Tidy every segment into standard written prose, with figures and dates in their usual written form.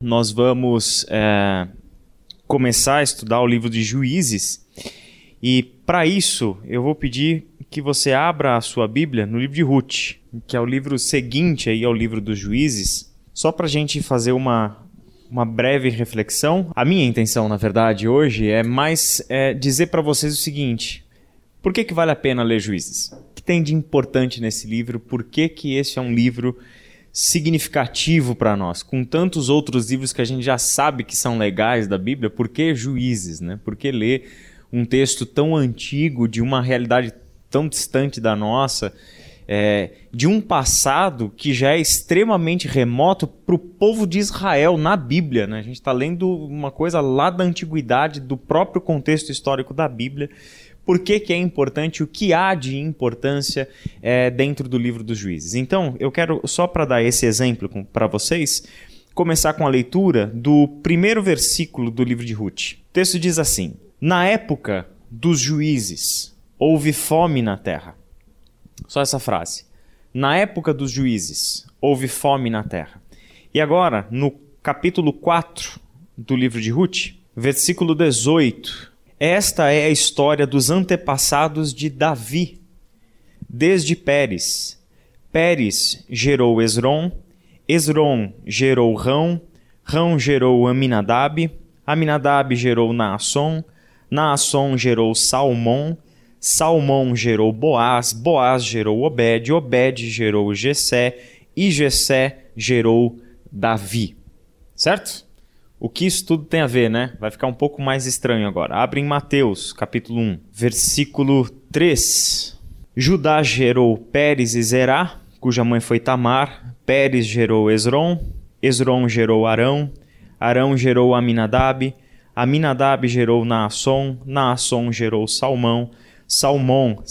Nós vamos começar a estudar o livro de Juízes e para isso eu vou pedir que você abra a sua Bíblia no livro de Ruth, que é o livro seguinte aí ao livro dos Juízes, só para a gente fazer uma breve reflexão. A minha intenção, na verdade, hoje é mais dizer para vocês o seguinte: por que vale a pena ler Juízes? O que tem de importante nesse livro? Por que esse é um livro significativo para nós? Com tantos outros livros que a gente já sabe que são legais da Bíblia, por que Juízes, né? Por que ler um texto tão antigo, de uma realidade tão distante da nossa, de um passado que já é extremamente remoto para o povo de Israel na Bíblia, né? A gente está lendo uma coisa lá da antiguidade, do próprio contexto histórico da Bíblia. Por que é importante, o que há de importância dentro do livro dos Juízes? Então, eu quero, só para dar esse exemplo para vocês, começar com a leitura do primeiro versículo do livro de Ruth. O texto diz assim: na época dos juízes, houve fome na terra. Só essa frase. Na época dos juízes, houve fome na terra. E agora, no capítulo 4 do livro de Ruth, versículo 18... esta é a história dos antepassados de Davi, desde Pérez. Pérez gerou Esrom, Esrom gerou Rão, Rão gerou Aminadab, Aminadab gerou Naasson, Naasson gerou Salmão, Salmão gerou Boaz, Boaz gerou Obed, Obed gerou Jessé e Jessé gerou Davi. Certo? O que isso tudo tem a ver, né? Vai ficar um pouco mais estranho agora. Abre em Mateus, capítulo 1, versículo 3. Judá gerou Pérez e Zerá, cuja mãe foi Tamar. Pérez gerou Esrom, Esrom gerou Arão, Arão gerou Aminadab, Aminadab gerou Naasson, Naasson gerou Salmão, Salmão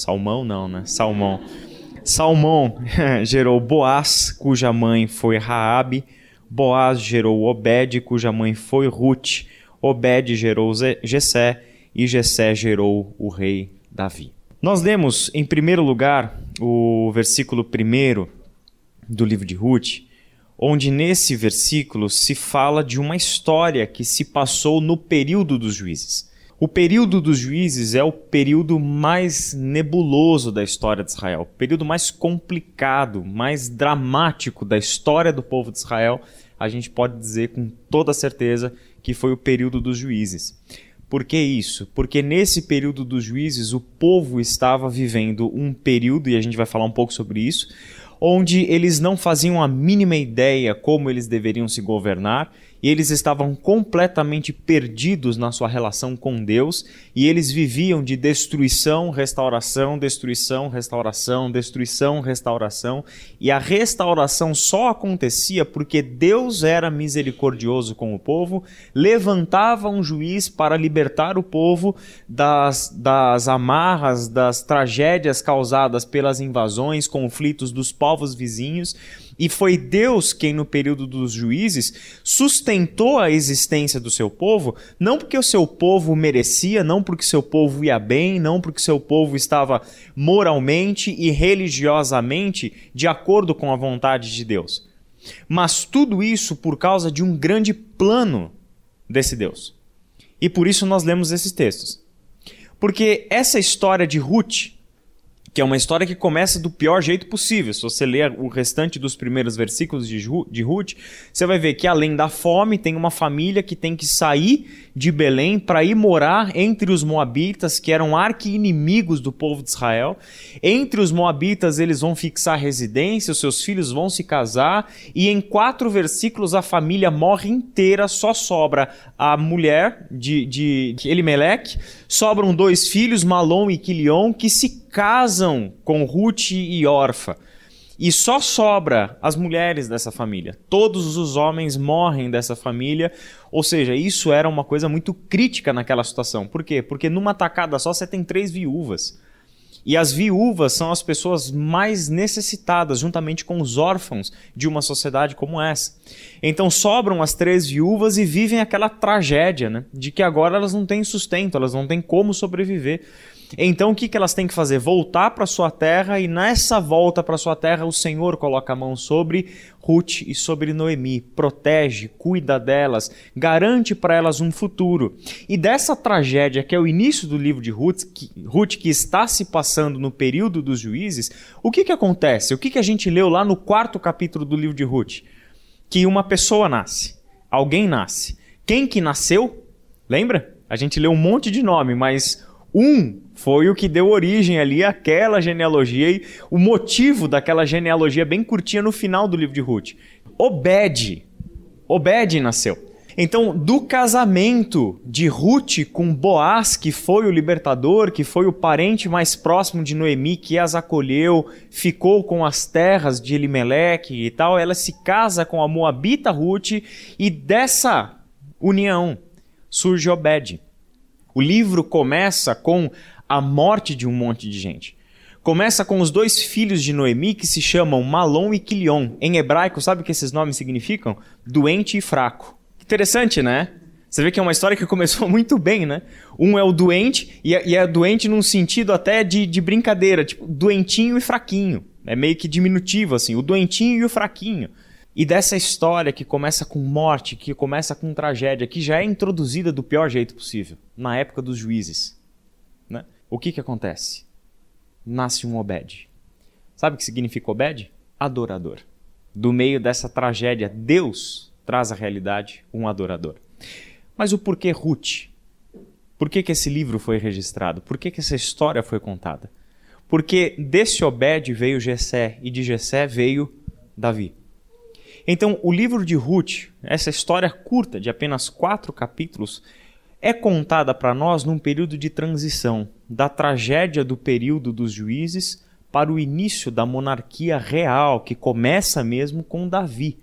gerou Boaz, cuja mãe foi Raabe. Boaz gerou Obed, cuja mãe foi Ruth. Obed gerou Jessé e Jessé gerou o rei Davi. Nós lemos, em primeiro lugar, o versículo 1 do livro de Ruth, onde nesse versículo se fala de uma história que se passou no período dos juízes. O período dos juízes é o período mais nebuloso da história de Israel, o período mais complicado, mais dramático da história do povo de Israel. A gente pode dizer com toda certeza que foi o período dos juízes. Por que isso? Porque nesse período dos juízes o povo estava vivendo um período, e a gente vai falar um pouco sobre isso, onde eles não faziam a mínima ideia como eles deveriam se governar, e eles estavam completamente perdidos na sua relação com Deus, e eles viviam de destruição, restauração, destruição, restauração, destruição, restauração, e a restauração só acontecia porque Deus era misericordioso com o povo, levantava um juiz para libertar o povo das amarras, das tragédias causadas pelas invasões, conflitos dos povos vizinhos. E foi Deus quem, no período dos juízes, sustentou a existência do seu povo, não porque o seu povo merecia, não porque o seu povo ia bem, não porque o seu povo estava moralmente e religiosamente de acordo com a vontade de Deus. Mas tudo isso por causa de um grande plano desse Deus. E por isso nós lemos esses textos. Porque essa história de Ruth, que é uma história que começa do pior jeito possível. Se você ler o restante dos primeiros versículos de Ruth, você vai ver que além da fome, tem uma família que tem que sair de Belém para ir morar entre os moabitas, que eram arqui-inimigos do povo de Israel. Entre os moabitas eles vão fixar residência, os seus filhos vão se casar, e em 4 versículos a família morre inteira, só sobra a mulher de Elimeleque, sobram 2 filhos, Malom e Quilion, que se casam com Ruth e Orfa. E só sobra as mulheres dessa família. Todos os homens morrem dessa família. Ou seja, isso era uma coisa muito crítica naquela situação. Por quê? Porque numa tacada só você tem 3 viúvas. E as viúvas são as pessoas mais necessitadas, juntamente com os órfãos de uma sociedade como essa. Então sobram as 3 viúvas e vivem aquela tragédia, né? De que agora elas não têm sustento, elas não têm como sobreviver. Então o que elas têm que fazer? Voltar para sua terra, e nessa volta para sua terra o Senhor coloca a mão sobre Ruth e sobre Noemi, protege, cuida delas, garante para elas um futuro. E dessa tragédia que é o início do livro de Ruth, que está se passando no período dos juízes, o que acontece? O que a gente leu lá no 4º capítulo do livro de Ruth? Que uma pessoa nasce, alguém nasce. Quem que nasceu? Lembra? A gente leu um monte de nome, mas foi o que deu origem ali àquela genealogia e o motivo daquela genealogia bem curtinha no final do livro de Ruth. Obed nasceu. Então, do casamento de Ruth com Boaz, que foi o libertador, que foi o parente mais próximo de Noemi, que as acolheu, ficou com as terras de Elimeleque e tal, ela se casa com a moabita Ruth, e dessa união surge Obed. O livro começa com a morte de um monte de gente. Começa com os 2 filhos de Noemi, que se chamam Malom e Quilion. Em hebraico, sabe o que esses nomes significam? Doente e fraco. Interessante, né? Você vê que é uma história que começou muito bem, né? Um é o doente, e é doente num sentido até de brincadeira, tipo doentinho e fraquinho. É meio que diminutivo, assim, o doentinho e o fraquinho. E dessa história que começa com morte, que começa com tragédia, que já é introduzida do pior jeito possível, na época dos juízes, né? O que acontece? Nasce um Obed. Sabe o que significa Obed? Adorador. Do meio dessa tragédia, Deus traz à realidade um adorador. Mas o porquê Ruth? Por que esse livro foi registrado? Por que essa história foi contada? Porque desse Obed veio Jessé, e de Jessé veio Davi. Então, o livro de Ruth, essa história curta de apenas 4 capítulos, é contada para nós num período de transição, da tragédia do período dos juízes para o início da monarquia real, que começa mesmo com Davi.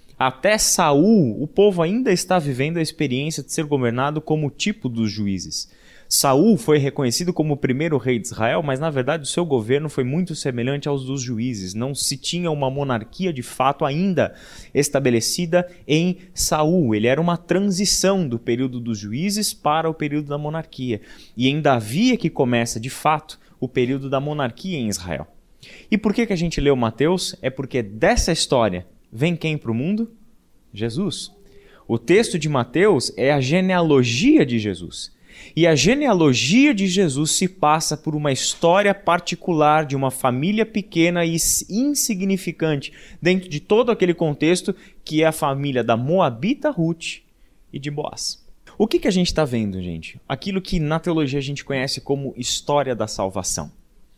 Até Saul, o povo ainda está vivendo a experiência de ser governado como tipo dos juízes. Saul foi reconhecido como o primeiro rei de Israel, mas na verdade o seu governo foi muito semelhante aos dos juízes. Não se tinha uma monarquia de fato ainda estabelecida em Saul. Ele era uma transição do período dos juízes para o período da monarquia. E em Davi é que começa de fato o período da monarquia em Israel. E por que a gente leu Mateus? É porque dessa história vem quem para o mundo? Jesus. O texto de Mateus é a genealogia de Jesus. E a genealogia de Jesus se passa por uma história particular de uma família pequena e insignificante dentro de todo aquele contexto que é a família da moabita Ruth e de Boaz. O que a gente está vendo, gente? Aquilo que na teologia a gente conhece como história da salvação.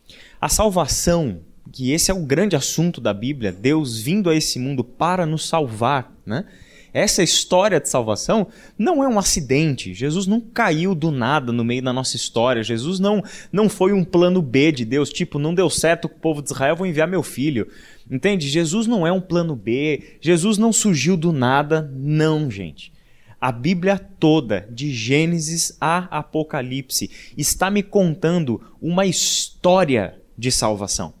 A salvação, que esse é o grande assunto da Bíblia, Deus vindo a esse mundo para nos salvar, né? Essa história de salvação não é um acidente. Jesus não caiu do nada no meio da nossa história. Jesus não foi um plano B de Deus, tipo, não deu certo com o povo de Israel, vou enviar meu filho. Entende? Jesus não é um plano B. Jesus não surgiu do nada. Não, gente. A Bíblia toda, de Gênesis a Apocalipse, está me contando uma história de salvação.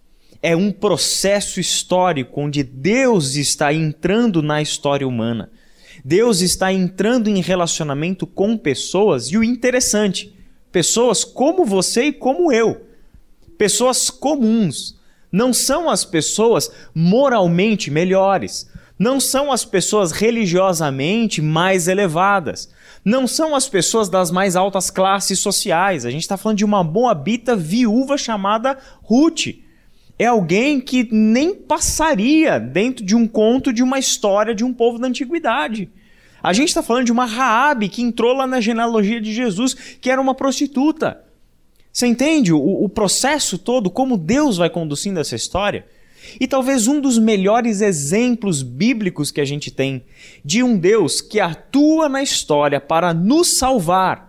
É um processo histórico onde Deus está entrando na história humana. Deus está entrando em relacionamento com pessoas, e o interessante, pessoas como você e como eu. Pessoas comuns. Não são as pessoas moralmente melhores. Não são as pessoas religiosamente mais elevadas. Não são as pessoas das mais altas classes sociais. A gente está falando de uma moabita viúva chamada Ruth. É alguém que nem passaria dentro de um conto de uma história de um povo da antiguidade. A gente está falando de uma Raabe que entrou lá na genealogia de Jesus, que era uma prostituta. Você entende o processo todo, como Deus vai conduzindo essa história? E talvez um dos melhores exemplos bíblicos que a gente tem de um Deus que atua na história para nos salvar,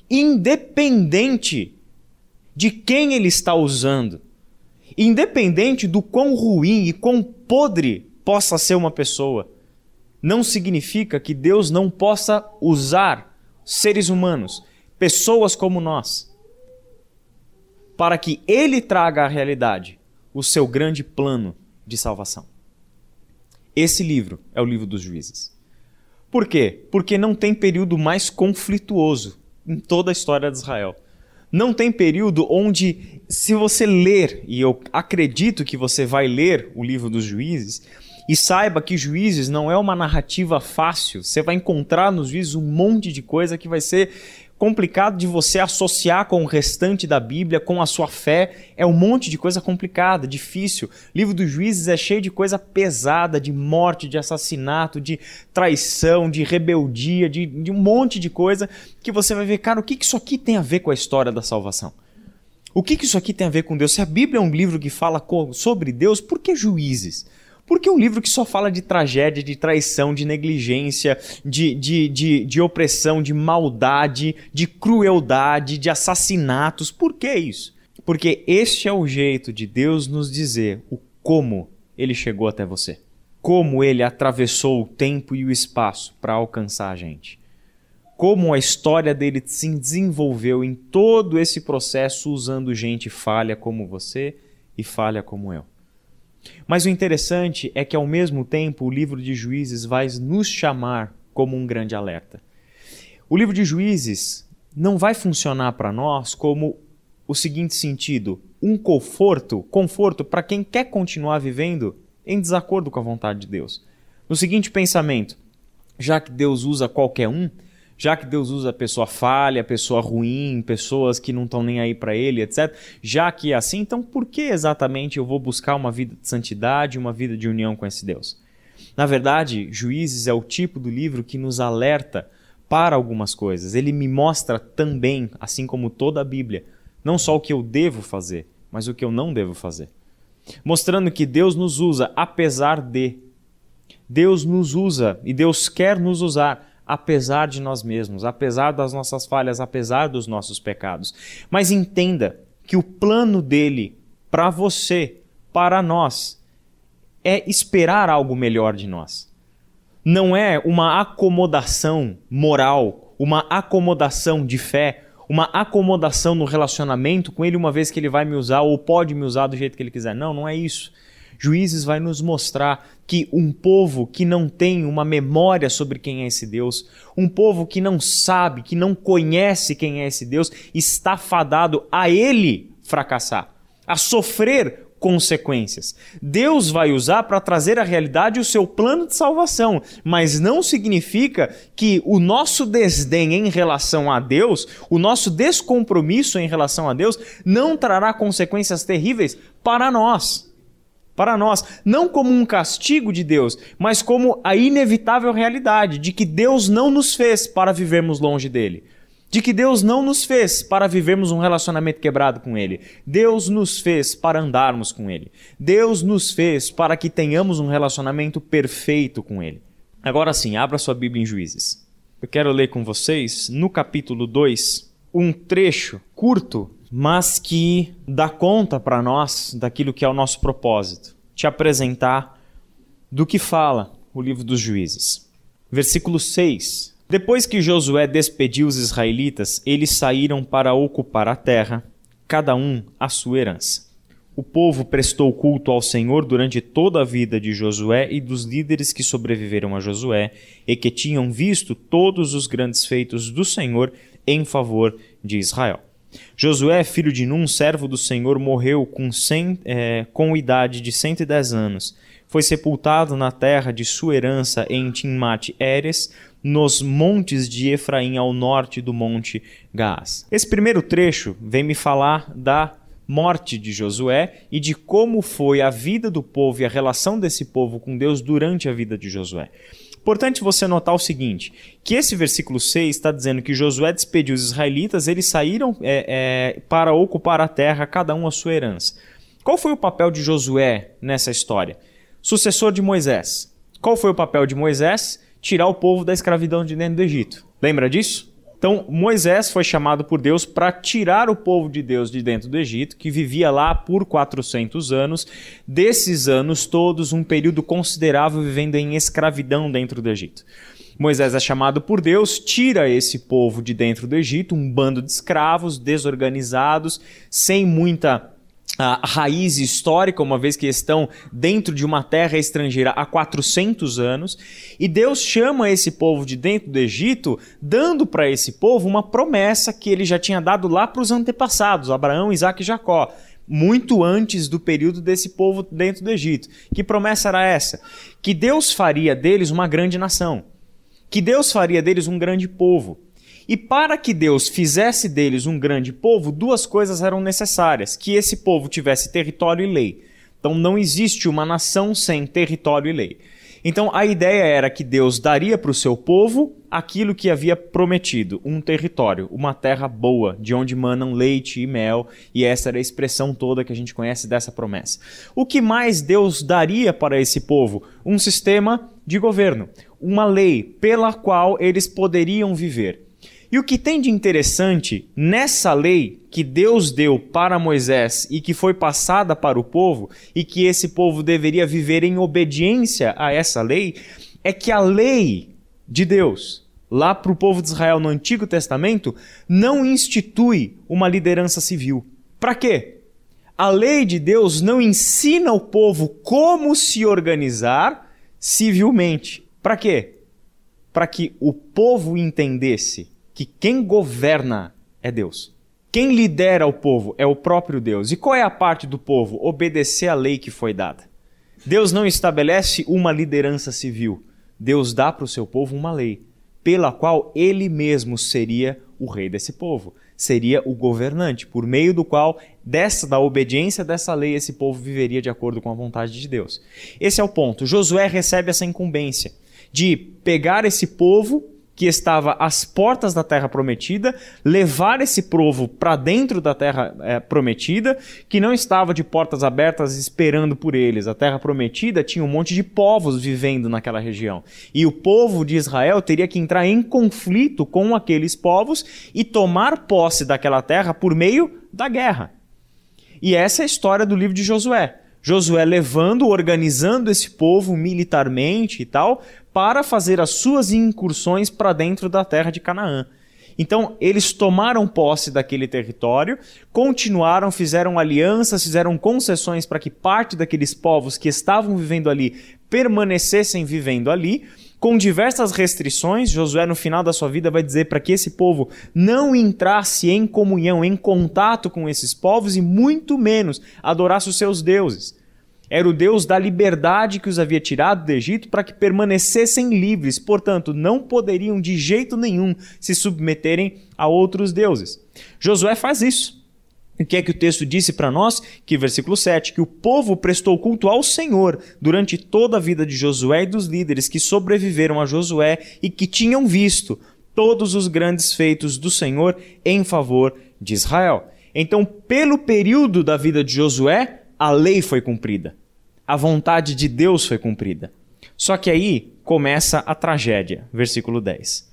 independente de quem ele está usando. Independente do quão ruim e quão podre possa ser uma pessoa, não significa que Deus não possa usar seres humanos, pessoas como nós, para que Ele traga à realidade o seu grande plano de salvação. Esse livro é o livro dos juízes. Por quê? Porque não tem período mais conflituoso em toda a história de Israel. Não tem período onde, se você ler, e eu acredito que você vai ler o livro dos Juízes, e saiba que Juízes não é uma narrativa fácil. Você vai encontrar nos Juízes um monte de coisa que vai ser complicado de você associar com o restante da Bíblia, com a sua fé. É um monte de coisa complicada, difícil. O livro dos Juízes é cheio de coisa pesada, de morte, de assassinato, de traição, de rebeldia, de um monte de coisa que você vai ver, cara, o que isso aqui tem a ver com a história da salvação? O que isso aqui tem a ver com Deus? Se a Bíblia é um livro que fala sobre Deus, por que Juízes? Porque é um livro que só fala de tragédia, de traição, de negligência, de opressão, de maldade, de crueldade, de assassinatos. Por que isso? Porque este é o jeito de Deus nos dizer o como ele chegou até você. Como ele atravessou o tempo e o espaço para alcançar a gente. Como a história dele se desenvolveu em todo esse processo usando gente falha como você e falha como eu. Mas o interessante é que, ao mesmo tempo, o livro de Juízes vai nos chamar como um grande alerta. O livro de Juízes não vai funcionar para nós como o seguinte sentido: um conforto para quem quer continuar vivendo em desacordo com a vontade de Deus. No seguinte pensamento: já que Deus usa qualquer um, já que Deus usa pessoa falha, pessoa ruim, pessoas que não estão nem aí para ele, etc. Já que é assim, então por que exatamente eu vou buscar uma vida de santidade, uma vida de união com esse Deus? Na verdade, Juízes é o tipo do livro que nos alerta para algumas coisas. Ele me mostra também, assim como toda a Bíblia, não só o que eu devo fazer, mas o que eu não devo fazer. Mostrando que Deus nos usa apesar de. Deus nos usa e Deus quer nos usar apesar de nós mesmos, apesar das nossas falhas, apesar dos nossos pecados. Mas entenda que o plano dele para você, para nós, é esperar algo melhor de nós. Não é uma acomodação moral, uma acomodação de fé, uma acomodação no relacionamento com ele uma vez que ele vai me usar ou pode me usar do jeito que ele quiser. Não, não é isso. Juízes vai nos mostrar que um povo que não tem uma memória sobre quem é esse Deus, um povo que não sabe, que não conhece quem é esse Deus, está fadado a ele fracassar, a sofrer consequências. Deus vai usar para trazer à realidade o seu plano de salvação, mas não significa que o nosso desdém em relação a Deus, o nosso descompromisso em relação a Deus, não trará consequências terríveis para nós. Para nós, não como um castigo de Deus, mas como a inevitável realidade de que Deus não nos fez para vivermos longe dele. De que Deus não nos fez para vivermos um relacionamento quebrado com ele. Deus nos fez para andarmos com ele. Deus nos fez para que tenhamos um relacionamento perfeito com ele. Agora sim, abra sua Bíblia em Juízes. Eu quero ler com vocês, no capítulo 2, um trecho curto, mas que dá conta para nós daquilo que é o nosso propósito, te apresentar do que fala o livro dos Juízes. Versículo 6. Depois que Josué despediu os israelitas, eles saíram para ocupar a terra, cada um a sua herança. O povo prestou culto ao Senhor durante toda a vida de Josué e dos líderes que sobreviveram a Josué e que tinham visto todos os grandes feitos do Senhor em favor de Israel. Josué, filho de Num, servo do Senhor, morreu com idade de 110 anos. Foi sepultado na terra de sua herança em Timnat-Heres, nos montes de Efraim, ao norte do monte Gaás. Esse primeiro trecho vem me falar da morte de Josué e de como foi a vida do povo e a relação desse povo com Deus durante a vida de Josué. Importante você notar o seguinte, que esse versículo 6 está dizendo que Josué despediu os israelitas, eles saíram para ocupar a terra, cada um a sua herança. Qual foi o papel de Josué nessa história? Sucessor de Moisés. Qual foi o papel de Moisés? Tirar o povo da escravidão de dentro do Egito. Lembra disso? Então, Moisés foi chamado por Deus para tirar o povo de Deus de dentro do Egito, que vivia lá por 400 anos. Desses anos todos, um período considerável vivendo em escravidão dentro do Egito. Moisés é chamado por Deus, tira esse povo de dentro do Egito, um bando de escravos, desorganizados, sem muita a raiz histórica, uma vez que estão dentro de uma terra estrangeira há 400 anos, e Deus chama esse povo de dentro do Egito, dando para esse povo uma promessa que ele já tinha dado lá para os antepassados, Abraão, Isaque e Jacó, muito antes do período desse povo dentro do Egito. Que promessa era essa? Que Deus faria deles uma grande nação, que Deus faria deles um grande povo. E para que Deus fizesse deles um grande povo, duas coisas eram necessárias: que esse povo tivesse território e lei. Então não existe uma nação sem território e lei. Então a ideia era que Deus daria para o seu povo aquilo que havia prometido, um território, uma terra boa, de onde manam leite e mel, e essa era a expressão toda que a gente conhece dessa promessa. O que mais Deus daria para esse povo? Um sistema de governo, uma lei pela qual eles poderiam viver. E o que tem de interessante nessa lei que Deus deu para Moisés e que foi passada para o povo, e que esse povo deveria viver em obediência a essa lei, é que a lei de Deus, lá para o povo de Israel no Antigo Testamento, não institui uma liderança civil. Para quê? A lei de Deus não ensina o povo como se organizar civilmente. Para quê? Para que o povo entendesse que quem governa é Deus. Quem lidera o povo é o próprio Deus. E qual é a parte do povo? Obedecer a lei que foi dada. Deus não estabelece uma liderança civil. Deus dá para o seu povo uma lei, pela qual ele mesmo seria o rei desse povo. Seria o governante, por meio do qual, da obediência dessa lei, esse povo viveria de acordo com a vontade de Deus. Esse é o ponto. Josué recebe essa incumbência de pegar esse povo que estava às portas da terra prometida, levar esse povo para dentro da terra prometida, que não estava de portas abertas esperando por eles. A terra prometida tinha um monte de povos vivendo naquela região. E o povo de Israel teria que entrar em conflito com aqueles povos e tomar posse daquela terra por meio da guerra. E essa é a história do livro de Josué. Josué levando, organizando esse povo militarmente e tal, para fazer as suas incursões para dentro da terra de Canaã. Então, eles tomaram posse daquele território, continuaram, fizeram alianças, fizeram concessões para que parte daqueles povos que estavam vivendo ali permanecessem vivendo ali, com diversas restrições. Josué, no final da sua vida, vai dizer para que esse povo não entrasse em comunhão, em contato com esses povos e muito menos adorasse os seus deuses. Era o Deus da liberdade que os havia tirado do Egito para que permanecessem livres, portanto, não poderiam de jeito nenhum se submeterem a outros deuses. Josué faz isso. O que é que o texto disse para nós? Que versículo 7, que o povo prestou culto ao Senhor durante toda a vida de Josué e dos líderes que sobreviveram a Josué e que tinham visto todos os grandes feitos do Senhor em favor de Israel. Então, pelo período da vida de Josué, a lei foi cumprida. A vontade de Deus foi cumprida. Só que aí começa a tragédia, versículo 10.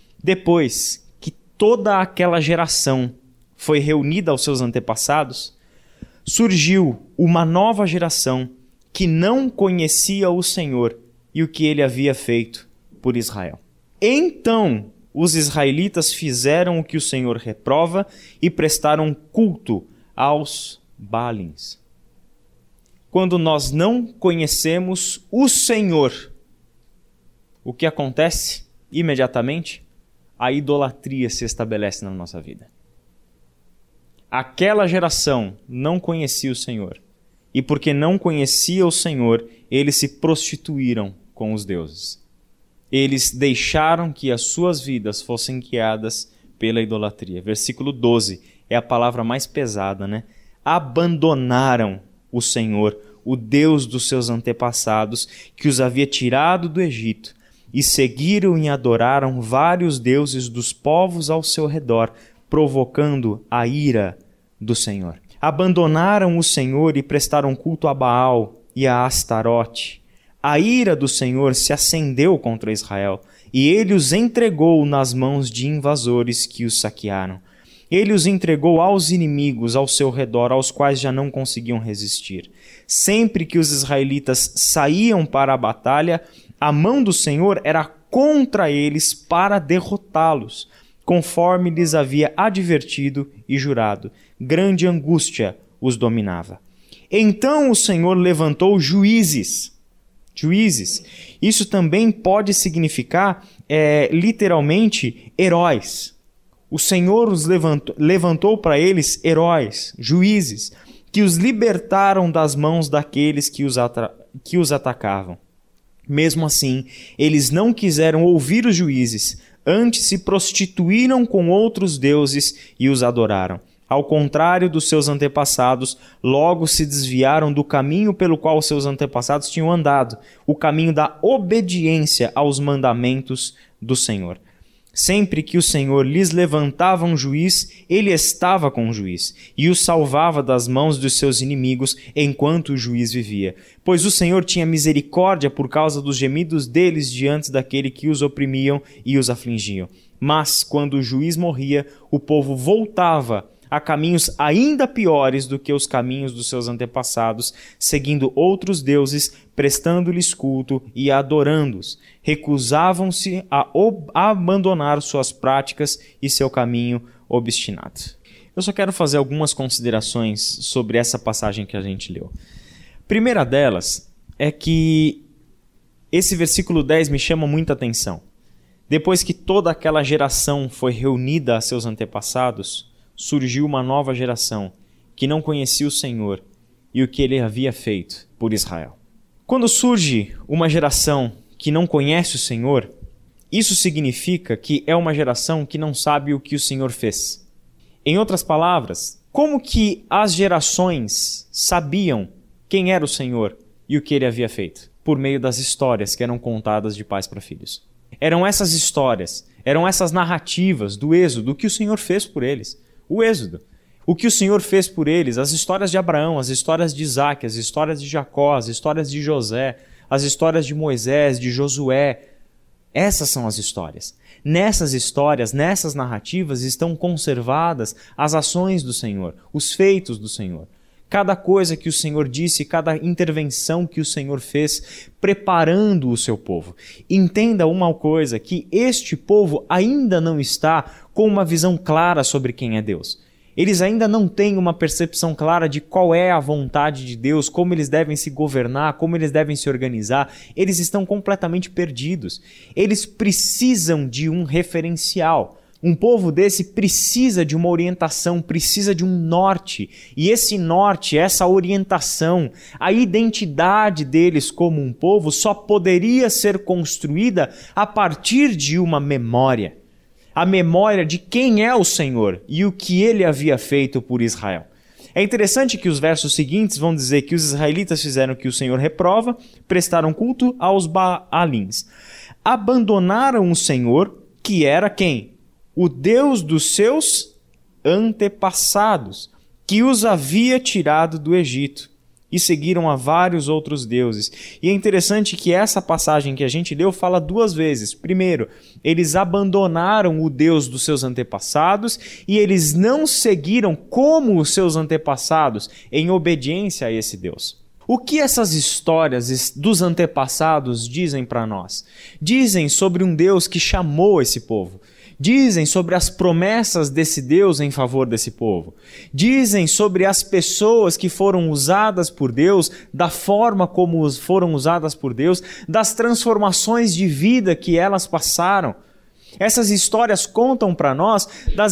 Depois que toda aquela geração foi reunida aos seus antepassados, surgiu uma nova geração que não conhecia o Senhor e o que ele havia feito por Israel. Então, os israelitas fizeram o que o Senhor reprova e prestaram culto aos Baalins. Quando nós não conhecemos o Senhor, o que acontece imediatamente? A idolatria se estabelece na nossa vida. Aquela geração não conhecia o Senhor. E porque não conhecia o Senhor, eles se prostituíram com os deuses. Eles deixaram que as suas vidas fossem guiadas pela idolatria. Versículo 12 é a palavra mais pesada, né? Abandonaram o Senhor, o Deus dos seus antepassados, que os havia tirado do Egito, e seguiram e adoraram vários deuses dos povos ao seu redor, provocando a ira do Senhor. Abandonaram o Senhor e prestaram culto a Baal e a Astarote. A ira do Senhor se acendeu contra Israel, e ele os entregou nas mãos de invasores que os saquearam. Ele os entregou aos inimigos ao seu redor, aos quais já não conseguiam resistir. Sempre que os israelitas saíam para a batalha, a mão do Senhor era contra eles para derrotá-los, conforme lhes havia advertido e jurado. Grande angústia os dominava. Então o Senhor levantou juízes. Isso também pode significar, literalmente, heróis. O Senhor os levantou para eles heróis, juízes, que os libertaram das mãos daqueles que os atacavam. Mesmo assim, eles não quiseram ouvir os juízes, antes se prostituíram com outros deuses e os adoraram. Ao contrário dos seus antepassados, logo se desviaram do caminho pelo qual seus antepassados tinham andado, o caminho da obediência aos mandamentos do Senhor. Sempre que o Senhor lhes levantava um juiz, ele estava com o juiz e o salvava das mãos dos seus inimigos enquanto o juiz vivia. Pois o Senhor tinha misericórdia por causa dos gemidos deles diante daquele que os oprimiam e os afligiam. Mas, quando o juiz morria, o povo voltava a caminhos ainda piores do que os caminhos dos seus antepassados, seguindo outros deuses, prestando-lhes culto e adorando-os. Recusavam-se a abandonar suas práticas e seu caminho obstinado. Eu só quero fazer algumas considerações sobre essa passagem que a gente leu. Primeira delas é que esse versículo 10 me chama muita atenção. Depois que toda aquela geração foi reunida a seus antepassados, surgiu uma nova geração que não conhecia o Senhor e o que ele havia feito por Israel. Quando surge uma geração que não conhece o Senhor, isso significa que é uma geração que não sabe o que o Senhor fez. Em outras palavras, como que as gerações sabiam quem era o Senhor e o que ele havia feito? Por meio das histórias que eram contadas de pais para filhos. Eram essas histórias, eram essas narrativas do Êxodo, do que o Senhor fez por eles. O Êxodo, o que o Senhor fez por eles, as histórias de Abraão, as histórias de Isaac, as histórias de Jacó, as histórias de José, as histórias de Moisés, de Josué. Essas são as histórias. Nessas histórias, nessas narrativas estão conservadas as ações do Senhor, os feitos do Senhor. Cada coisa que o Senhor disse, cada intervenção que o Senhor fez, preparando o seu povo. Entenda uma coisa, que este povo ainda não está com uma visão clara sobre quem é Deus. Eles ainda não têm uma percepção clara de qual é a vontade de Deus, como eles devem se governar, como eles devem se organizar. Eles estão completamente perdidos. Eles precisam de um referencial. Um povo desse precisa de uma orientação, precisa de um norte. E esse norte, essa orientação, a identidade deles como um povo só poderia ser construída a partir de uma memória. A memória de quem é o Senhor e o que ele havia feito por Israel. É interessante que os versos seguintes vão dizer que os israelitas fizeram o que o Senhor reprova, prestaram culto aos Baalins. Abandonaram o Senhor, que era quem? O Deus dos seus antepassados, que os havia tirado do Egito, e seguiram a vários outros deuses. E é interessante que essa passagem que a gente leu fala duas vezes. Primeiro, eles abandonaram o Deus dos seus antepassados e eles não seguiram como os seus antepassados em obediência a esse Deus. O que essas histórias dos antepassados dizem para nós? Dizem sobre um Deus que chamou esse povo. Dizem sobre as promessas desse Deus em favor desse povo. Dizem sobre as pessoas que foram usadas por Deus, da forma como foram usadas por Deus, das transformações de vida que elas passaram. Essas histórias contam para nós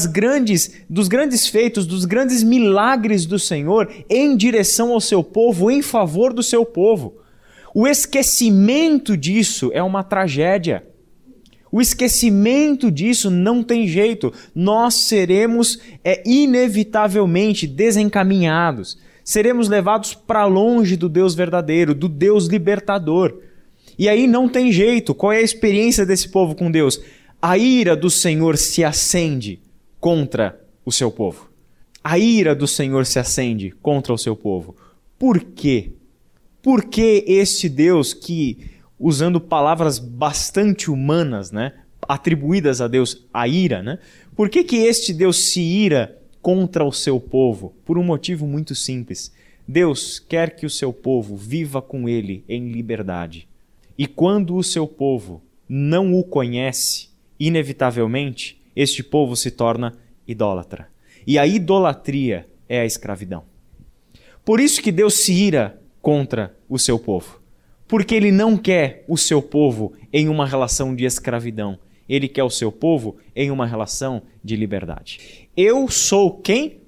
dos grandes feitos, dos grandes milagres do Senhor em direção ao seu povo, em favor do seu povo. O esquecimento disso é uma tragédia. O esquecimento disso não tem jeito. Nós seremos inevitavelmente desencaminhados. Seremos levados para longe do Deus verdadeiro, do Deus libertador. E aí não tem jeito. Qual é a experiência desse povo com Deus? A ira do Senhor se acende contra o seu povo. A ira do Senhor se acende contra o seu povo. Por quê? Por que este Deus que, usando palavras bastante humanas, atribuídas a Deus, a ira, por que este Deus se ira contra o seu povo? Por um motivo muito simples. Deus quer que o seu povo viva com ele em liberdade. E quando o seu povo não o conhece, inevitavelmente, este povo se torna idólatra. E a idolatria é a escravidão. Por isso que Deus se ira contra o seu povo. Porque Ele não quer o seu povo em uma relação de escravidão. Ele quer o seu povo em uma relação de liberdade. Eu sou quem?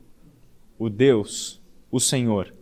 O Deus, o Senhor.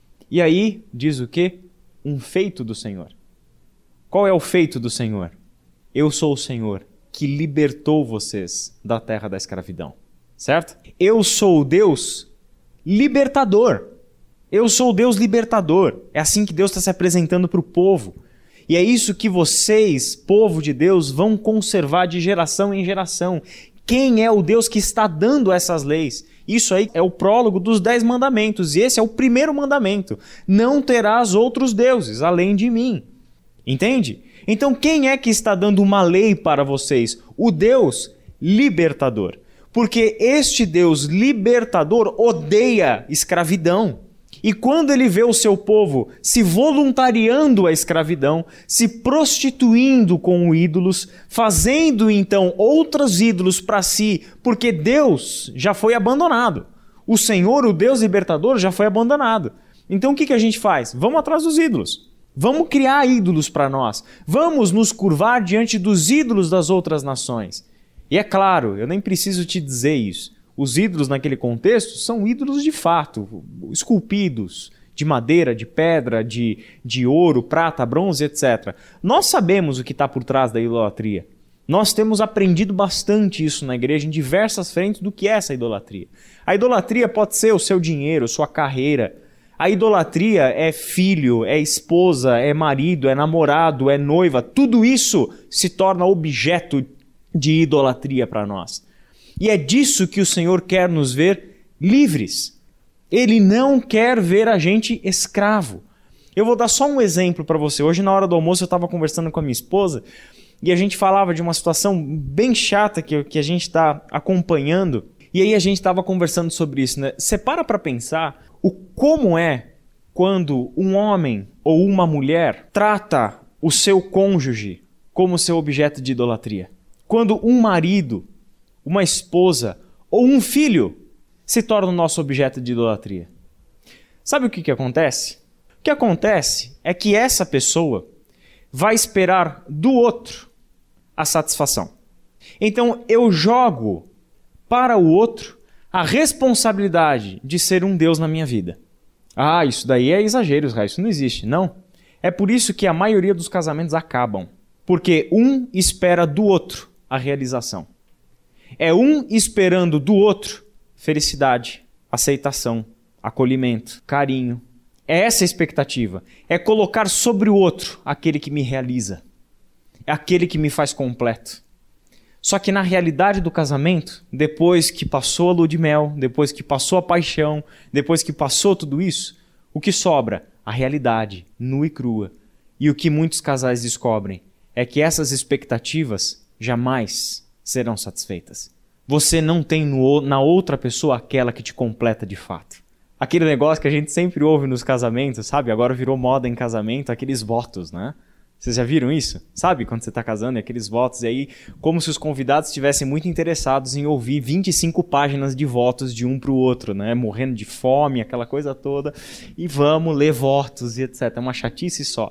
E aí diz o quê? Um feito do Senhor. Qual é o feito do Senhor? Eu sou o Senhor que libertou vocês da terra da escravidão. Certo? Eu sou o Deus libertador. Eu sou o Deus libertador. É assim que Deus está se apresentando para o povo. E é isso que vocês, povo de Deus, vão conservar de geração em geração. Quem é o Deus que está dando essas leis? Isso aí é o prólogo dos 10 mandamentos. E esse é o primeiro mandamento. Não terás outros deuses além de mim. Entende? Então quem é que está dando uma lei para vocês? O Deus libertador. Porque este Deus libertador odeia escravidão. E quando ele vê o seu povo se voluntariando à escravidão, se prostituindo com ídolos, fazendo então outros ídolos para si, porque Deus já foi abandonado. O Senhor, o Deus libertador, já foi abandonado. Então o que a gente faz? Vamos atrás dos ídolos. Vamos criar ídolos para nós. Vamos nos curvar diante dos ídolos das outras nações. E é claro, eu nem preciso te dizer isso. Os ídolos naquele contexto são ídolos de fato, esculpidos, de madeira, de pedra, de ouro, prata, bronze, etc. Nós sabemos o que está por trás da idolatria. Nós temos aprendido bastante isso na igreja em diversas frentes do que é essa idolatria. A idolatria pode ser o seu dinheiro, sua carreira. A idolatria é filho, é esposa, é marido, é namorado, é noiva. Tudo isso se torna objeto de idolatria para nós. E é disso que o Senhor quer nos ver livres. Ele não quer ver a gente escravo. Eu vou dar só um exemplo para você. Hoje, na hora do almoço, eu estava conversando com a minha esposa e a gente falava de uma situação bem chata que a gente está acompanhando. E aí a gente estava conversando sobre isso, né? Você para pensar como é quando um homem ou uma mulher trata o seu cônjuge como seu objeto de idolatria. Quando um marido, uma esposa ou um filho se torna o nosso objeto de idolatria. Sabe o que acontece? O que acontece é que essa pessoa vai esperar do outro a satisfação. Então eu jogo para o outro a responsabilidade de ser um Deus na minha vida. Ah, isso daí é exagero, Israel, isso não existe. Não. É por isso que a maioria dos casamentos acabam. Porque um espera do outro a realização. É um esperando do outro felicidade, aceitação, acolhimento, carinho. É essa a expectativa. É colocar sobre o outro aquele que me realiza. É aquele que me faz completo. Só que na realidade do casamento, depois que passou a lua de mel, depois que passou a paixão, depois que passou tudo isso, o que sobra? A realidade, nua e crua. E o que muitos casais descobrem é que essas expectativas jamais serão satisfeitas. Você não tem na outra pessoa aquela que te completa de fato. Aquele negócio que a gente sempre ouve nos casamentos, sabe? Agora virou moda em casamento, aqueles votos, né? Vocês já viram isso? Sabe? Quando você está casando, aqueles votos, e aí como se os convidados estivessem muito interessados em ouvir 25 páginas de votos de um para o outro, né? Morrendo de fome, aquela coisa toda, e vamos ler votos e etc. É uma chatice só.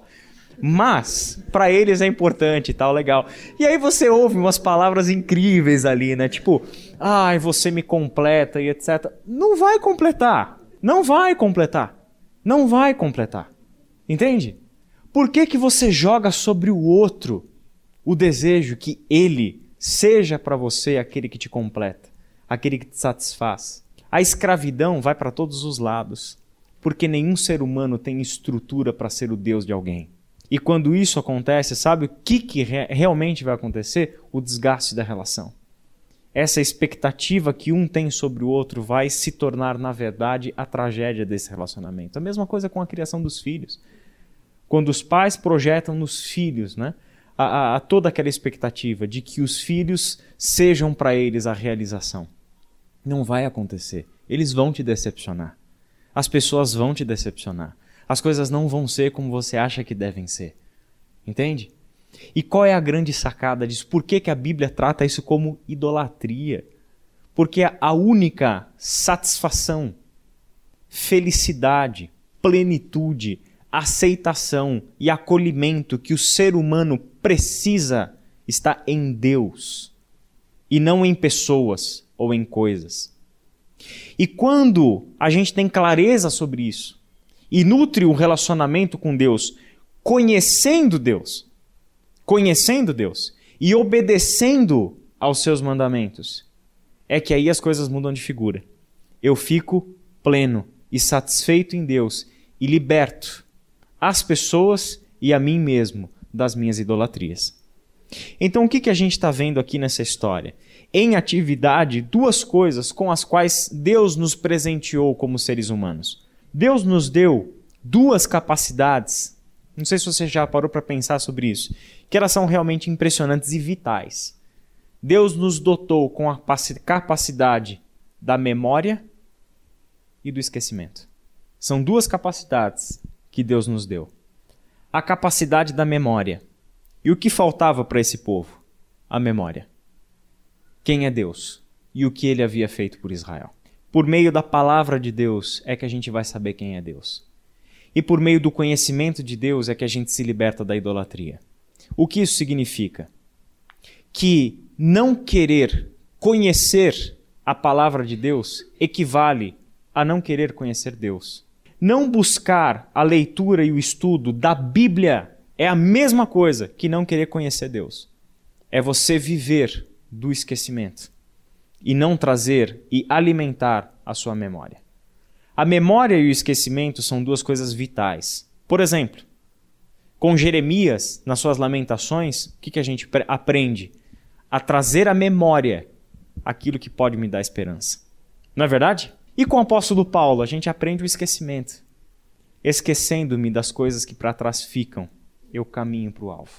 Mas, para eles é importante e tal, legal. E aí você ouve umas palavras incríveis ali, né? Tipo, ai, você me completa e etc. Não vai completar. Não vai completar. Não vai completar. Entende? Por que você joga sobre o outro o desejo que ele seja para você aquele que te completa, aquele que te satisfaz? A escravidão vai para todos os lados, porque nenhum ser humano tem estrutura para ser o Deus de alguém. E quando isso acontece, sabe o que realmente vai acontecer? O desgaste da relação. Essa expectativa que um tem sobre o outro vai se tornar, na verdade, a tragédia desse relacionamento. A mesma coisa com a criação dos filhos. Quando os pais projetam nos filhos, né, a toda aquela expectativa de que os filhos sejam para eles a realização. Não vai acontecer. Eles vão te decepcionar. As pessoas vão te decepcionar. As coisas não vão ser como você acha que devem ser. Entende? E qual é a grande sacada disso? Por que a Bíblia trata isso como idolatria? Porque a única satisfação felicidade, plenitude, aceitação e acolhimento que o ser humano precisa está em Deus e não em pessoas ou em coisas. E quando a gente tem clareza sobre isso e nutre um relacionamento com Deus, conhecendo Deus e obedecendo aos seus mandamentos, é que aí as coisas mudam de figura. Eu fico pleno e satisfeito em Deus e liberto as pessoas e a mim mesmo das minhas idolatrias. Então o que a gente está vendo aqui nessa história? Em atividade, duas coisas com as quais Deus nos presenteou como seres humanos. Deus nos deu duas capacidades, não sei se você já parou para pensar sobre isso, que elas são realmente impressionantes e vitais. Deus nos dotou com a capacidade da memória e do esquecimento. São duas capacidades que Deus nos deu. A capacidade da memória. E o que faltava para esse povo? A memória. Quem é Deus? E o que ele havia feito por Israel? Por meio da palavra de Deus é que a gente vai saber quem é Deus. E por meio do conhecimento de Deus é que a gente se liberta da idolatria. O que isso significa? Que não querer conhecer a palavra de Deus equivale a não querer conhecer Deus. Não buscar a leitura e o estudo da Bíblia é a mesma coisa que não querer conhecer Deus. É você viver do esquecimento e não trazer e alimentar a sua memória. A memória e o esquecimento são duas coisas vitais. Por exemplo, com Jeremias, nas suas lamentações, o que a gente aprende? A trazer à memória aquilo que pode me dar esperança. Não é verdade? E com o apóstolo Paulo, a gente aprende o esquecimento. Esquecendo-me das coisas que para trás ficam, eu caminho para o alvo.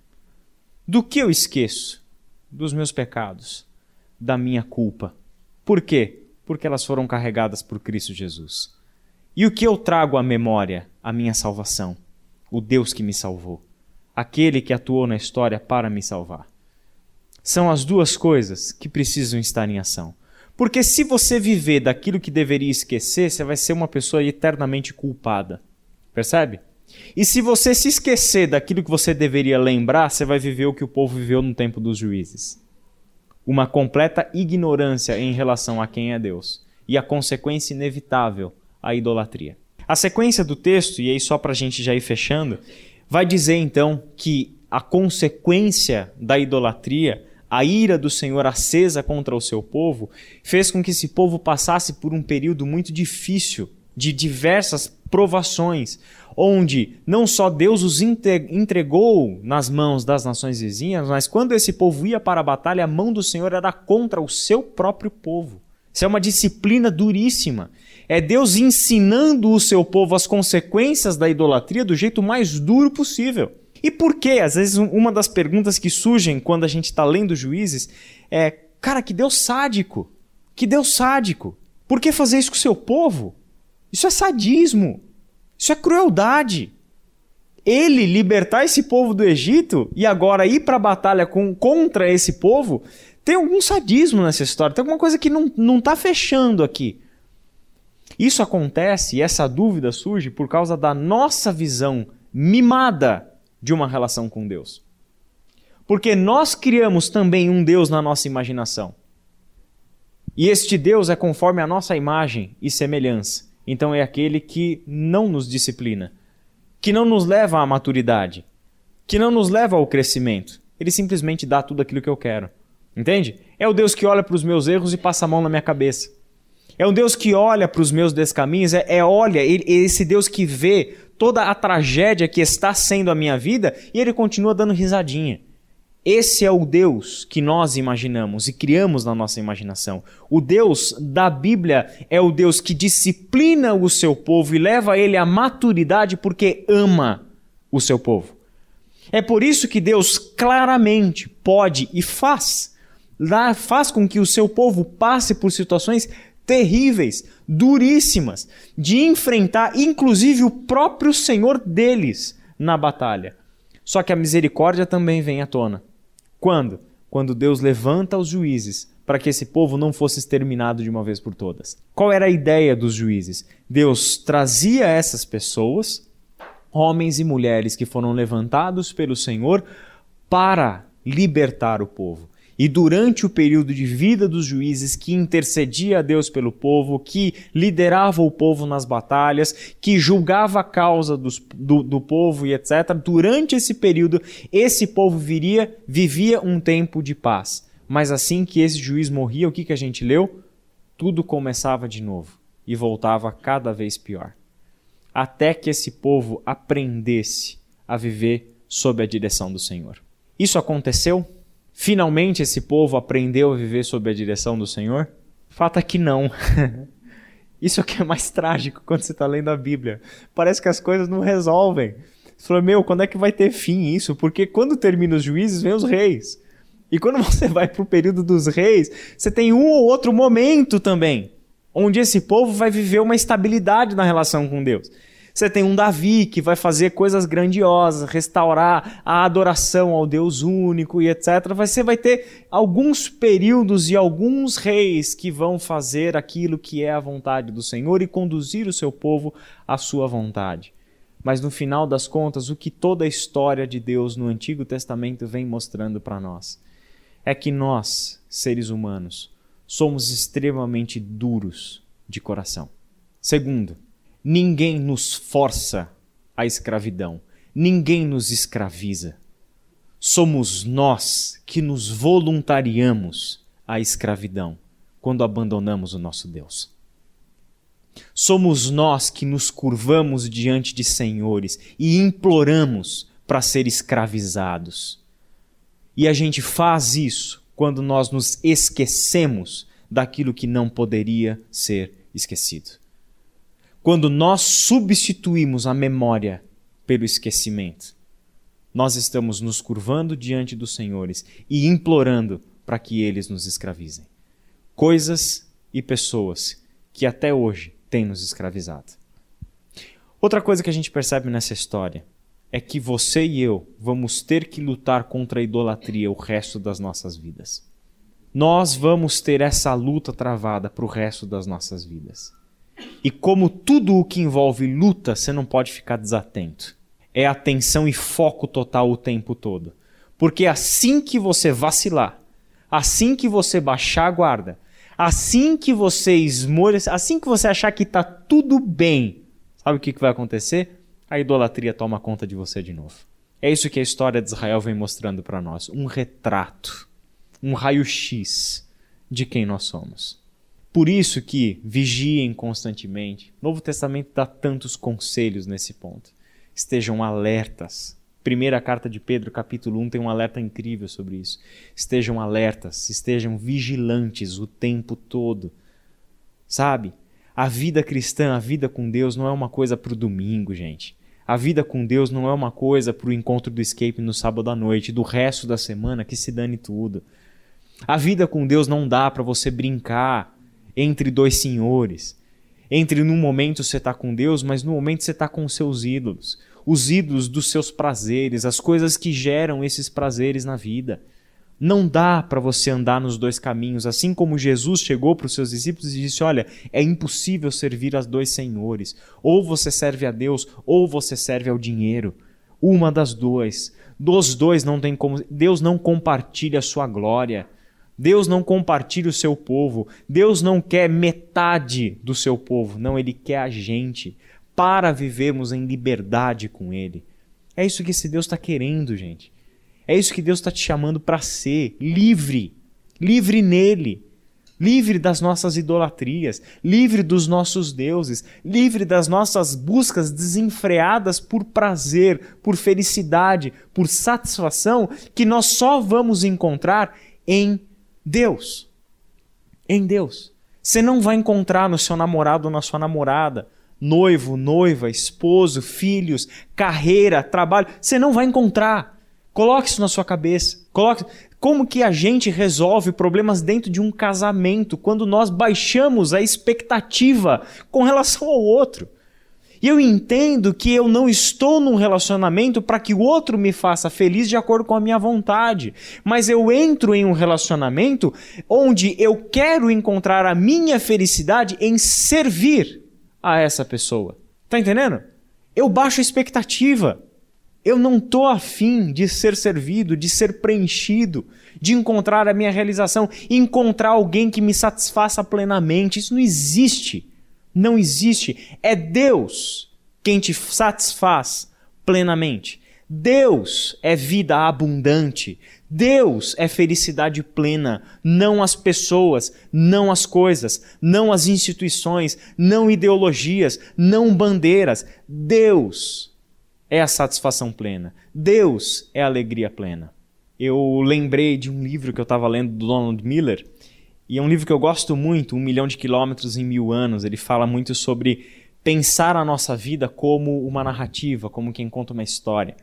Do que eu esqueço? Dos meus pecados, da minha culpa. Por quê? Porque elas foram carregadas por Cristo Jesus. E o que eu trago à memória? A minha salvação. O Deus que me salvou. Aquele que atuou na história para me salvar. São as duas coisas que precisam estar em ação. Porque se você viver daquilo que deveria esquecer, você vai ser uma pessoa eternamente culpada. Percebe? E se você se esquecer daquilo que você deveria lembrar, você vai viver o que o povo viveu no tempo dos juízes. Uma completa ignorância em relação a quem é Deus. E a consequência inevitável, a idolatria. A sequência do texto, e aí só para a gente já ir fechando, vai dizer então que a consequência da idolatria, a ira do Senhor acesa contra o seu povo, fez com que esse povo passasse por um período muito difícil, de diversas provações, onde não só Deus os entregou nas mãos das nações vizinhas, mas quando esse povo ia para a batalha, a mão do Senhor era contra o seu próprio povo. Isso é uma disciplina duríssima. É Deus ensinando o seu povo as consequências da idolatria do jeito mais duro possível. E por quê? Às vezes uma das perguntas que surgem quando a gente está lendo Juízes é: cara, que Deus sádico! Que Deus sádico! Por que fazer isso com o seu povo? Isso é sadismo! Isso é crueldade! Ele libertar esse povo do Egito e agora ir para a batalha contra esse povo, tem algum sadismo nessa história, tem alguma coisa que não está fechando aqui. Isso acontece e essa dúvida surge por causa da nossa visão mimada de uma relação com Deus. Porque nós criamos também um Deus na nossa imaginação. E este Deus é conforme a nossa imagem e semelhança. Então é aquele que não nos disciplina, que não nos leva à maturidade, que não nos leva ao crescimento. Ele simplesmente dá tudo aquilo que eu quero. Entende? É o Deus que olha para os meus erros e passa a mão na minha cabeça. É um Deus que olha para os meus descaminhos, esse Deus que vê toda a tragédia que está sendo a minha vida e ele continua dando risadinha. Esse é o Deus que nós imaginamos e criamos na nossa imaginação. O Deus da Bíblia é o Deus que disciplina o seu povo e leva ele à maturidade porque ama o seu povo. É por isso que Deus claramente pode e faz com que o seu povo passe por situações terríveis, duríssimas, de enfrentar inclusive o próprio Senhor deles na batalha. Só que a misericórdia também vem à tona. Quando? Quando Deus levanta os juízes para que esse povo não fosse exterminado de uma vez por todas. Qual era a ideia dos juízes? Deus trazia essas pessoas, homens e mulheres que foram levantados pelo Senhor para libertar o povo. E durante o período de vida dos juízes, que intercedia a Deus pelo povo, que liderava o povo nas batalhas, que julgava a causa do povo e etc., durante esse período, esse povo vivia um tempo de paz. Mas assim que esse juiz morria, o que a gente leu? Tudo começava de novo e voltava cada vez pior. Até que esse povo aprendesse a viver sob a direção do Senhor. Isso aconteceu? Finalmente esse povo aprendeu a viver sob a direção do Senhor? O fato é que não. Isso é o que é mais trágico quando você está lendo a Bíblia. Parece que as coisas não resolvem. Você fala, quando é que vai ter fim isso? Porque quando termina os juízes, vem os reis. E quando você vai para o período dos reis, você tem um ou outro momento também, onde esse povo vai viver uma estabilidade na relação com Deus. Você tem um Davi que vai fazer coisas grandiosas, restaurar a adoração ao Deus único e etc. Você vai ter alguns períodos e alguns reis que vão fazer aquilo que é a vontade do Senhor e conduzir o seu povo à sua vontade. Mas no final das contas, o que toda a história de Deus no Antigo Testamento vem mostrando para nós é que nós, seres humanos, somos extremamente duros de coração. Segundo, ninguém nos força à escravidão. Ninguém nos escraviza. Somos nós que nos voluntariamos à escravidão quando abandonamos o nosso Deus. Somos nós que nos curvamos diante de senhores e imploramos para ser escravizados. E a gente faz isso quando nós nos esquecemos daquilo que não poderia ser esquecido. Quando nós substituímos a memória pelo esquecimento, nós estamos nos curvando diante dos senhores e implorando para que eles nos escravizem. Coisas e pessoas que até hoje têm nos escravizado. Outra coisa que a gente percebe nessa história é que você e eu vamos ter que lutar contra a idolatria o resto das nossas vidas. Nós vamos ter essa luta travada para o resto das nossas vidas. E como tudo o que envolve luta, você não pode ficar desatento. É atenção e foco total o tempo todo. Porque assim que você vacilar, assim que você baixar a guarda, assim que você esmorecer, assim que você achar que está tudo bem, sabe o que vai acontecer? A idolatria toma conta de você de novo. É isso que a história de Israel vem mostrando para nós. Um retrato, um raio-x de quem nós somos. Por isso que vigiem constantemente. O Novo Testamento dá tantos conselhos nesse ponto. Estejam alertas. Primeira carta de Pedro, capítulo 1, tem um alerta incrível sobre isso. Estejam alertas, estejam vigilantes o tempo todo. Sabe? A vida cristã, a vida com Deus não é uma coisa para o domingo, gente. A vida com Deus não é uma coisa para o encontro do escape no sábado à noite, do resto da semana que se dane tudo. A vida com Deus não dá para você brincar entre dois senhores. Entre num momento você está com Deus, mas no momento você está com os seus ídolos. Os ídolos dos seus prazeres, as coisas que geram esses prazeres na vida. Não dá para você andar nos dois caminhos, assim como Jesus chegou para os seus discípulos e disse, olha, é impossível servir a dois senhores. Ou você serve a Deus, ou você serve ao dinheiro. Uma das duas. Dos dois não tem como. Deus não compartilha a sua glória. Deus não compartilha o seu povo. Deus não quer metade do seu povo. Não, Ele quer a gente para vivermos em liberdade com Ele. É isso que esse Deus está querendo, gente. É isso que Deus está te chamando para ser livre. Livre nele. Livre das nossas idolatrias. Livre dos nossos deuses. Livre das nossas buscas desenfreadas por prazer, por felicidade, por satisfação, que nós só vamos encontrar em Deus. Em Deus. Você não vai encontrar no seu namorado ou na sua namorada, noivo, noiva, esposo, filhos, carreira, trabalho. Você não vai encontrar. Coloque isso na sua cabeça. Como que a gente resolve problemas dentro de um casamento quando nós baixamos a expectativa com relação ao outro? E eu entendo que eu não estou num relacionamento para que o outro me faça feliz de acordo com a minha vontade. Mas eu entro em um relacionamento onde eu quero encontrar a minha felicidade em servir a essa pessoa. Tá entendendo? Eu baixo a expectativa. Eu não estou afim de ser servido, de ser preenchido, de encontrar a minha realização, encontrar alguém que me satisfaça plenamente. Isso não existe. Não existe. É Deus quem te satisfaz plenamente. Deus é vida abundante. Deus é felicidade plena. Não as pessoas, não as coisas, não as instituições, não ideologias, não bandeiras. Deus é a satisfação plena. Deus é a alegria plena. Eu lembrei de um livro que eu estava lendo do Donald Miller, e é um livro que eu gosto muito, 1 milhão de quilômetros em 1000 anos. Ele fala muito sobre pensar a nossa vida como uma narrativa, como quem conta uma história.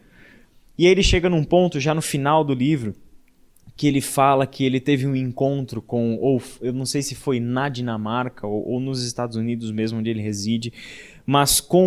E aí ele chega num ponto, já no final do livro, que ele fala que ele teve um encontro com, ou eu não sei se foi na Dinamarca ou nos Estados Unidos mesmo, onde ele reside, mas com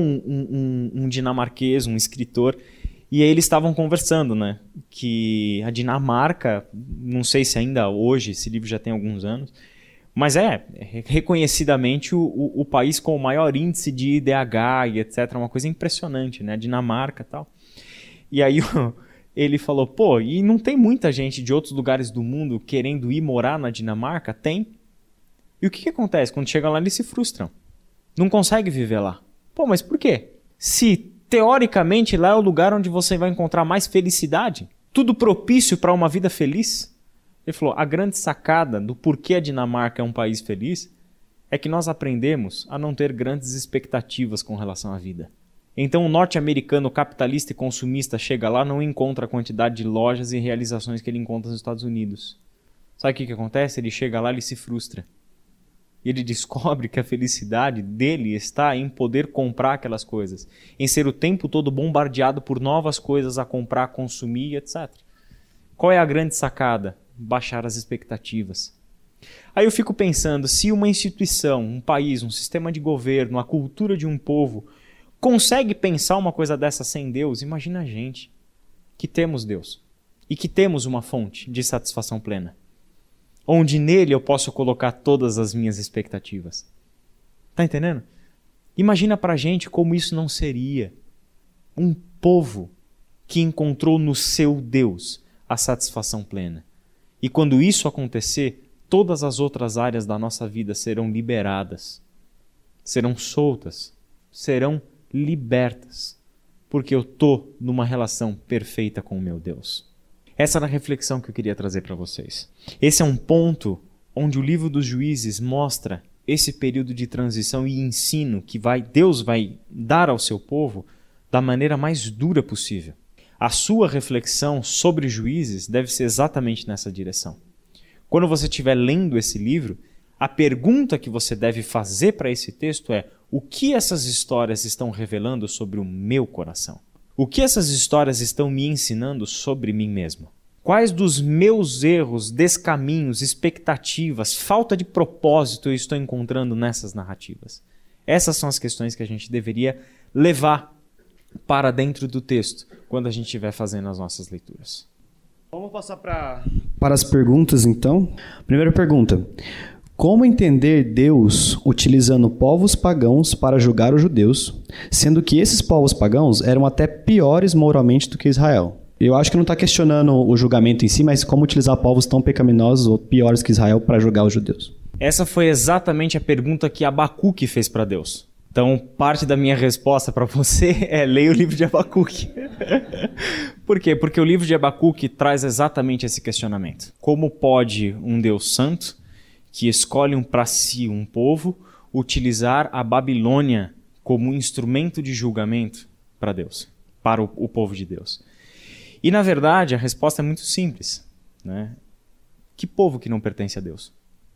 um dinamarquês, um escritor. E aí eles estavam conversando, né? Que a Dinamarca, não sei se ainda hoje, esse livro já tem alguns anos, mas é reconhecidamente o país com o maior índice de IDH e etc. Uma coisa impressionante, né? A Dinamarca e tal. E aí ele falou, pô, e não tem muita gente de outros lugares do mundo querendo ir morar na Dinamarca? Tem. E o que acontece? Quando chegam lá, eles se frustram. Não conseguem viver lá. Pô, mas por quê? Se teoricamente, lá é o lugar onde você vai encontrar mais felicidade. Tudo propício para uma vida feliz. Ele falou, a grande sacada do porquê a Dinamarca é um país feliz é que nós aprendemos a não ter grandes expectativas com relação à vida. Então o norte-americano capitalista e consumista chega lá e não encontra a quantidade de lojas e realizações que ele encontra nos Estados Unidos. Sabe o que acontece? Ele chega lá e ele se frustra. E ele descobre que a felicidade dele está em poder comprar aquelas coisas, em ser o tempo todo bombardeado por novas coisas a comprar, consumir, etc. Qual é a grande sacada? Baixar as expectativas. Aí eu fico pensando, se uma instituição, um país, um sistema de governo, a cultura de um povo consegue pensar uma coisa dessa sem Deus, imagina a gente que temos Deus e que temos uma fonte de satisfação plena, onde nele eu posso colocar todas as minhas expectativas. Tá entendendo? Imagina pra gente como isso não seria um povo que encontrou no seu Deus a satisfação plena. E quando isso acontecer, todas as outras áreas da nossa vida serão liberadas, serão soltas, serão libertas, porque eu estou numa relação perfeita com o meu Deus. Essa era a reflexão que eu queria trazer para vocês. Esse é um ponto onde o livro dos Juízes mostra esse período de transição e ensino que Deus vai dar ao seu povo da maneira mais dura possível. A sua reflexão sobre Juízes deve ser exatamente nessa direção. Quando você estiver lendo esse livro, a pergunta que você deve fazer para esse texto é: o que essas histórias estão revelando sobre o meu coração? O que essas histórias estão me ensinando sobre mim mesmo? Quais dos meus erros, descaminhos, expectativas, falta de propósito eu estou encontrando nessas narrativas? Essas são as questões que a gente deveria levar para dentro do texto quando a gente estiver fazendo as nossas leituras. Vamos passar para as perguntas, então. Primeira pergunta. Como entender Deus utilizando povos pagãos para julgar os judeus, sendo que esses povos pagãos eram até piores moralmente do que Israel? Eu acho que não está questionando o julgamento em si, mas como utilizar povos tão pecaminosos ou piores que Israel para julgar os judeus? Essa foi exatamente a pergunta que Abacuque fez para Deus. Então, parte da minha resposta para você é: leia o livro de Abacuque. Por quê? Porque o livro de Abacuque traz exatamente esse questionamento. Como pode um Deus santo, que escolhe para si um povo, utilizar a Babilônia como um instrumento de julgamento para Deus, para o povo de Deus? E, na verdade, a resposta é muito simples, né? Que povo que não pertence a Deus?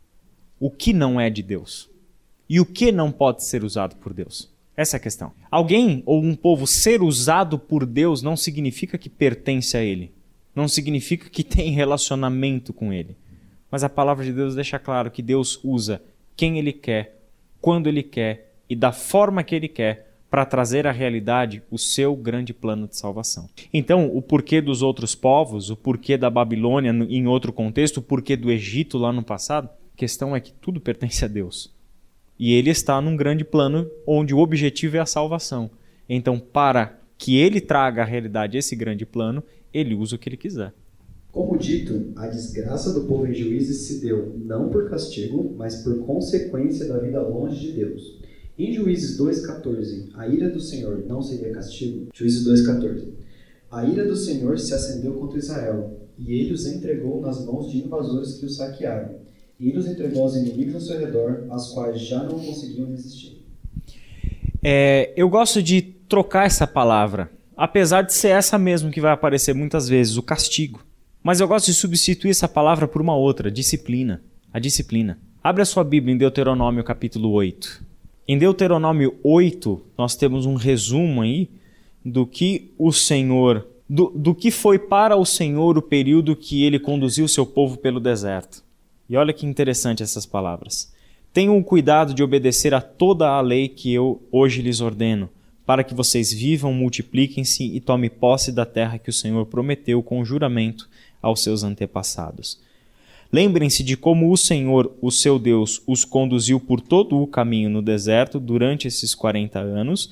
O que não é de Deus? E o que não pode ser usado por Deus? Essa é a questão. Alguém ou um povo ser usado por Deus não significa que pertence a Ele. Não significa que tem relacionamento com Ele. Mas a palavra de Deus deixa claro que Deus usa quem Ele quer, quando Ele quer e da forma que Ele quer para trazer à realidade o seu grande plano de salvação. Então, o porquê dos outros povos, o porquê da Babilônia em outro contexto, o porquê do Egito lá no passado, a questão é que tudo pertence a Deus. E ele está num grande plano onde o objetivo é a salvação. Então, para que ele traga à realidade esse grande plano, ele usa o que ele quiser. Como dito, a desgraça do povo em Juízes se deu não por castigo, mas por consequência da vida longe de Deus. Em Juízes 2,14, a ira do Senhor não seria castigo? Juízes 2,14. A ira do Senhor se acendeu contra Israel, e ele os entregou nas mãos de invasores que os saquearam. E ele os entregou aos inimigos ao seu redor, aos quais já não conseguiam resistir. Eu gosto de trocar essa palavra, apesar de ser essa mesmo que vai aparecer muitas vezes, o castigo. Mas eu gosto de substituir essa palavra por uma outra, disciplina. A disciplina. Abre a sua Bíblia em Deuteronômio capítulo 8. Em Deuteronômio 8, nós temos um resumo aí do que o Senhor, do que foi para o Senhor o período que ele conduziu o seu povo pelo deserto. E olha que interessante essas palavras. Tenham o cuidado de obedecer a toda a lei que eu hoje lhes ordeno, para que vocês vivam, multipliquem-se e tomem posse da terra que o Senhor prometeu com juramento aos seus antepassados. Lembrem-se de como o Senhor, o seu Deus, os conduziu por todo o caminho no deserto durante esses 40 anos.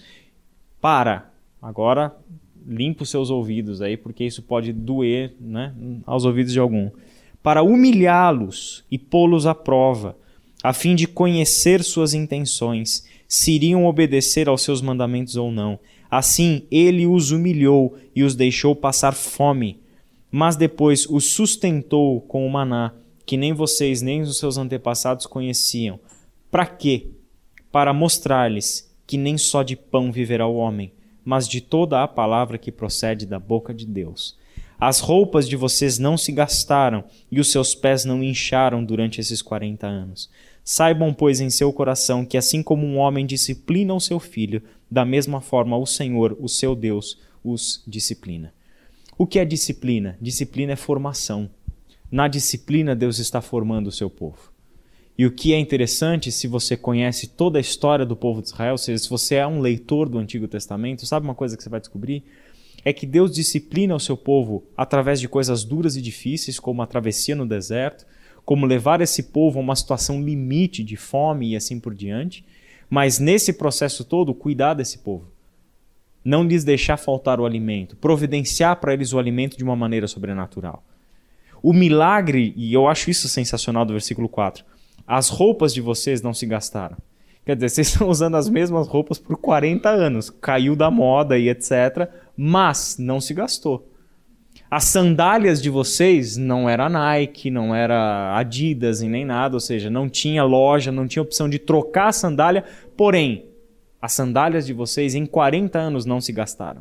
Agora limpa os seus ouvidos aí, porque isso pode doer, né, aos ouvidos de algum. Para humilhá-los e pô-los à prova, a fim de conhecer suas intenções, se iriam obedecer aos seus mandamentos ou não. Assim, ele os humilhou e os deixou passar fome, mas depois os sustentou com o maná, que nem vocês nem os seus antepassados conheciam. Para quê? Para mostrar-lhes que nem só de pão viverá o homem, mas de toda a palavra que procede da boca de Deus. As roupas de vocês não se gastaram e os seus pés não incharam durante esses 40 anos. Saibam, pois, em seu coração que assim como um homem disciplina o seu filho, da mesma forma o Senhor, o seu Deus, os disciplina. O que é disciplina? Disciplina é formação. Na disciplina, Deus está formando o seu povo. E o que é interessante, se você conhece toda a história do povo de Israel, ou seja, se você é um leitor do Antigo Testamento, sabe uma coisa que você vai descobrir? É que Deus disciplina o seu povo através de coisas duras e difíceis, como a travessia no deserto, como levar esse povo a uma situação limite de fome e assim por diante, mas nesse processo todo, cuidar desse povo. Não lhes deixar faltar o alimento, providenciar para eles o alimento de uma maneira sobrenatural. O milagre, e eu acho isso sensacional do versículo 4, as roupas de vocês não se gastaram. Quer dizer, vocês estão usando as mesmas roupas por 40 anos, caiu da moda e etc., mas não se gastou. As sandálias de vocês não era Nike, não era Adidas e nem nada, ou seja, não tinha loja, não tinha opção de trocar a sandália, porém, as sandálias de vocês em 40 anos não se gastaram.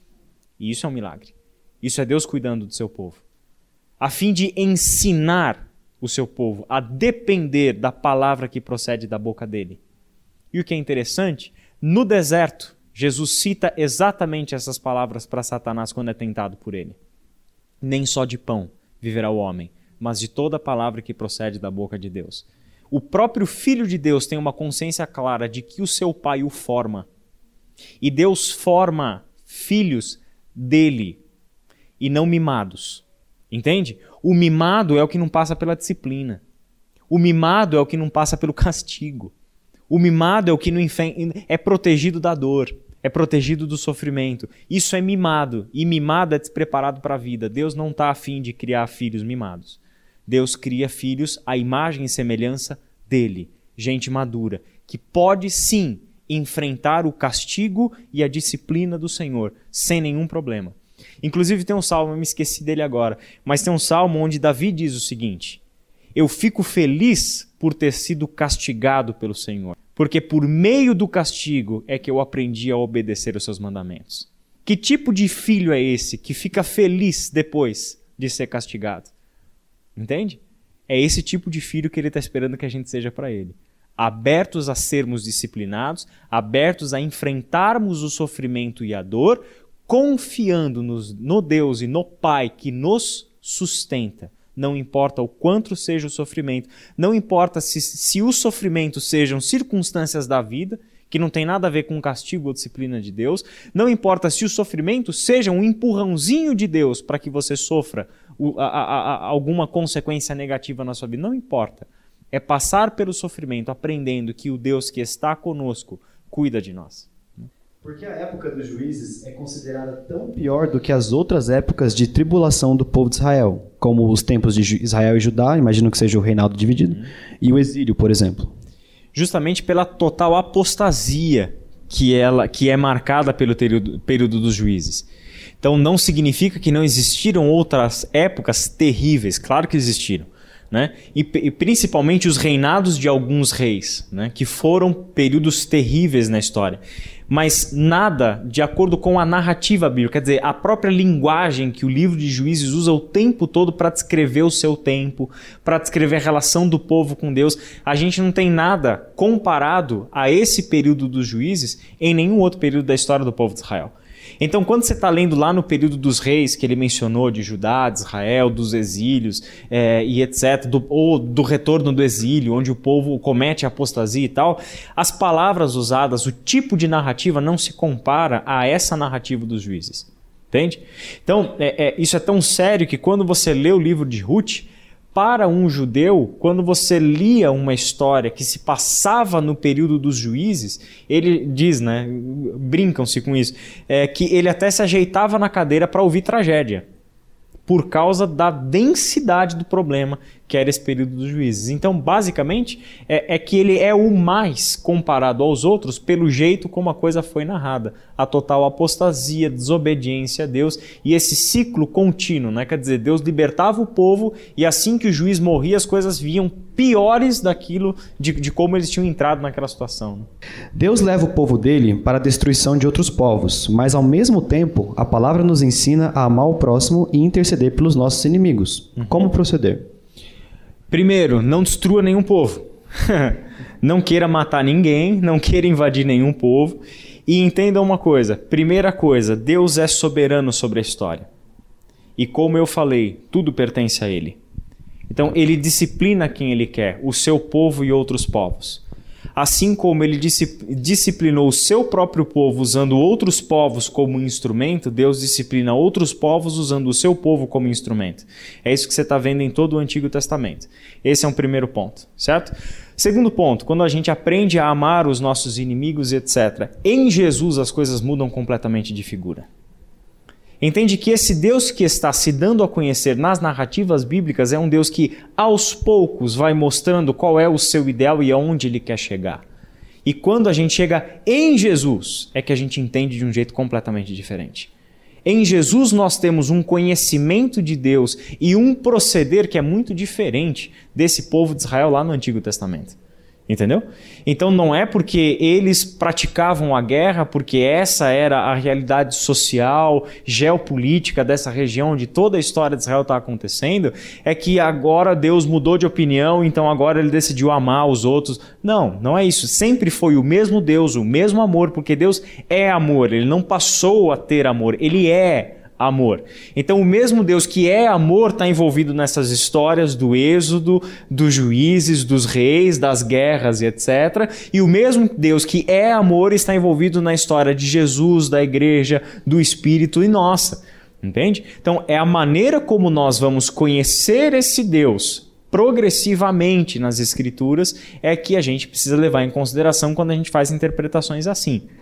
E isso é um milagre. Isso é Deus cuidando do seu povo. A fim de ensinar o seu povo a depender da palavra que procede da boca dele. E o que é interessante, no deserto, Jesus cita exatamente essas palavras para Satanás quando é tentado por ele. Nem só de pão viverá o homem, mas de toda a palavra que procede da boca de Deus. O próprio Filho de Deus tem uma consciência clara de que o seu Pai o forma. E Deus forma filhos dele e não mimados. Entende? O mimado é o que não passa pela disciplina. O mimado é o que não passa pelo castigo. O mimado é o que não é protegido da dor, é protegido do sofrimento. Isso é mimado. E mimado é despreparado para a vida. Deus não está a fim de criar filhos mimados. Deus cria filhos à imagem e semelhança dele. Gente madura, que pode sim enfrentar o castigo e a disciplina do Senhor, sem nenhum problema. Inclusive tem um salmo, eu me esqueci dele agora, mas tem um salmo onde Davi diz o seguinte: eu fico feliz por ter sido castigado pelo Senhor, porque por meio do castigo é que eu aprendi a obedecer os seus mandamentos. Que tipo de filho é esse que fica feliz depois de ser castigado? Entende? É esse tipo de filho que ele está esperando que a gente seja para ele. Abertos a sermos disciplinados, abertos a enfrentarmos o sofrimento e a dor, confiando no Deus e no Pai que nos sustenta. Não importa o quanto seja o sofrimento, não importa se os sofrimentos sejam circunstâncias da vida, que não tem nada a ver com castigo ou disciplina de Deus. Não importa se o sofrimento seja um empurrãozinho de Deus para que você sofra alguma consequência negativa na sua vida. Não importa. É passar pelo sofrimento aprendendo que o Deus que está conosco cuida de nós. Porque a época dos juízes é considerada tão pior do que as outras épocas de tribulação do povo de Israel, como os tempos de Israel e Judá, imagino que seja o reinado dividido, e o exílio, por exemplo. Justamente pela total apostasia que é marcada pelo período dos juízes. Então não significa que não existiram outras épocas terríveis, claro que existiram. Né? E principalmente os reinados de alguns reis, né? Que foram períodos terríveis na história. Mas nada de acordo com a narrativa bíblica, quer dizer, a própria linguagem que o livro de Juízes usa o tempo todo para descrever o seu tempo, para descrever a relação do povo com Deus. A gente não tem nada comparado a esse período dos juízes em nenhum outro período da história do povo de Israel. Então, quando você está lendo lá no período dos reis, que ele mencionou de Judá, de Israel, dos exílios e etc., ou do retorno do exílio, onde o povo comete apostasia e tal, as palavras usadas, o tipo de narrativa não se compara a essa narrativa dos juízes. Entende? Então, isso é tão sério que quando você lê o livro de Ruth, para um judeu, quando você lia uma história que se passava no período dos juízes, ele diz, né, brincam-se com isso, que ele até se ajeitava na cadeira para ouvir tragédia, por causa da densidade do problema que era esse período dos juízes. Então, basicamente, é que ele é o mais comparado aos outros pelo jeito como a coisa foi narrada. A total apostasia, desobediência a Deus e esse ciclo contínuo, né? Quer dizer, Deus libertava o povo e assim que o juiz morria, as coisas vinham piores daquilo, de como eles tinham entrado naquela situação. Né? Deus leva o povo dele para a destruição de outros povos, mas ao mesmo tempo, a palavra nos ensina a amar o próximo e interceder pelos nossos inimigos. Como proceder? Primeiro, não destrua nenhum povo. Não queira matar ninguém, não queira invadir nenhum povo. E entenda uma coisa, primeira coisa, Deus é soberano sobre a história. E como eu falei, tudo pertence a Ele. Então, Ele disciplina quem Ele quer, o seu povo e outros povos. Assim como Ele disciplinou o seu próprio povo usando outros povos como instrumento, Deus disciplina outros povos usando o seu povo como instrumento. É isso que você está vendo em todo o Antigo Testamento. Esse é um primeiro ponto, certo? Segundo ponto, quando a gente aprende a amar os nossos inimigos, etc., em Jesus as coisas mudam completamente de figura. Entende que esse Deus que está se dando a conhecer nas narrativas bíblicas é um Deus que, aos poucos, vai mostrando qual é o seu ideal e aonde Ele quer chegar. E quando a gente chega em Jesus, é que a gente entende de um jeito completamente diferente. Em Jesus nós temos um conhecimento de Deus e um proceder que é muito diferente desse povo de Israel lá no Antigo Testamento. Entendeu? Então não é porque eles praticavam a guerra, porque essa era a realidade social, geopolítica dessa região onde toda a história de Israel está acontecendo, é que agora Deus mudou de opinião, então agora Ele decidiu amar os outros. Não, não é isso. Sempre foi o mesmo Deus, o mesmo amor, porque Deus é amor. Ele não passou a ter amor, Ele é amor. Então o mesmo Deus que é amor está envolvido nessas histórias do Êxodo, dos juízes, dos reis, das guerras e etc. E o mesmo Deus que é amor está envolvido na história de Jesus, da igreja, do Espírito e nossa. Entende? Então é a maneira como nós vamos conhecer esse Deus progressivamente nas Escrituras é que a gente precisa levar em consideração quando a gente faz interpretações assim.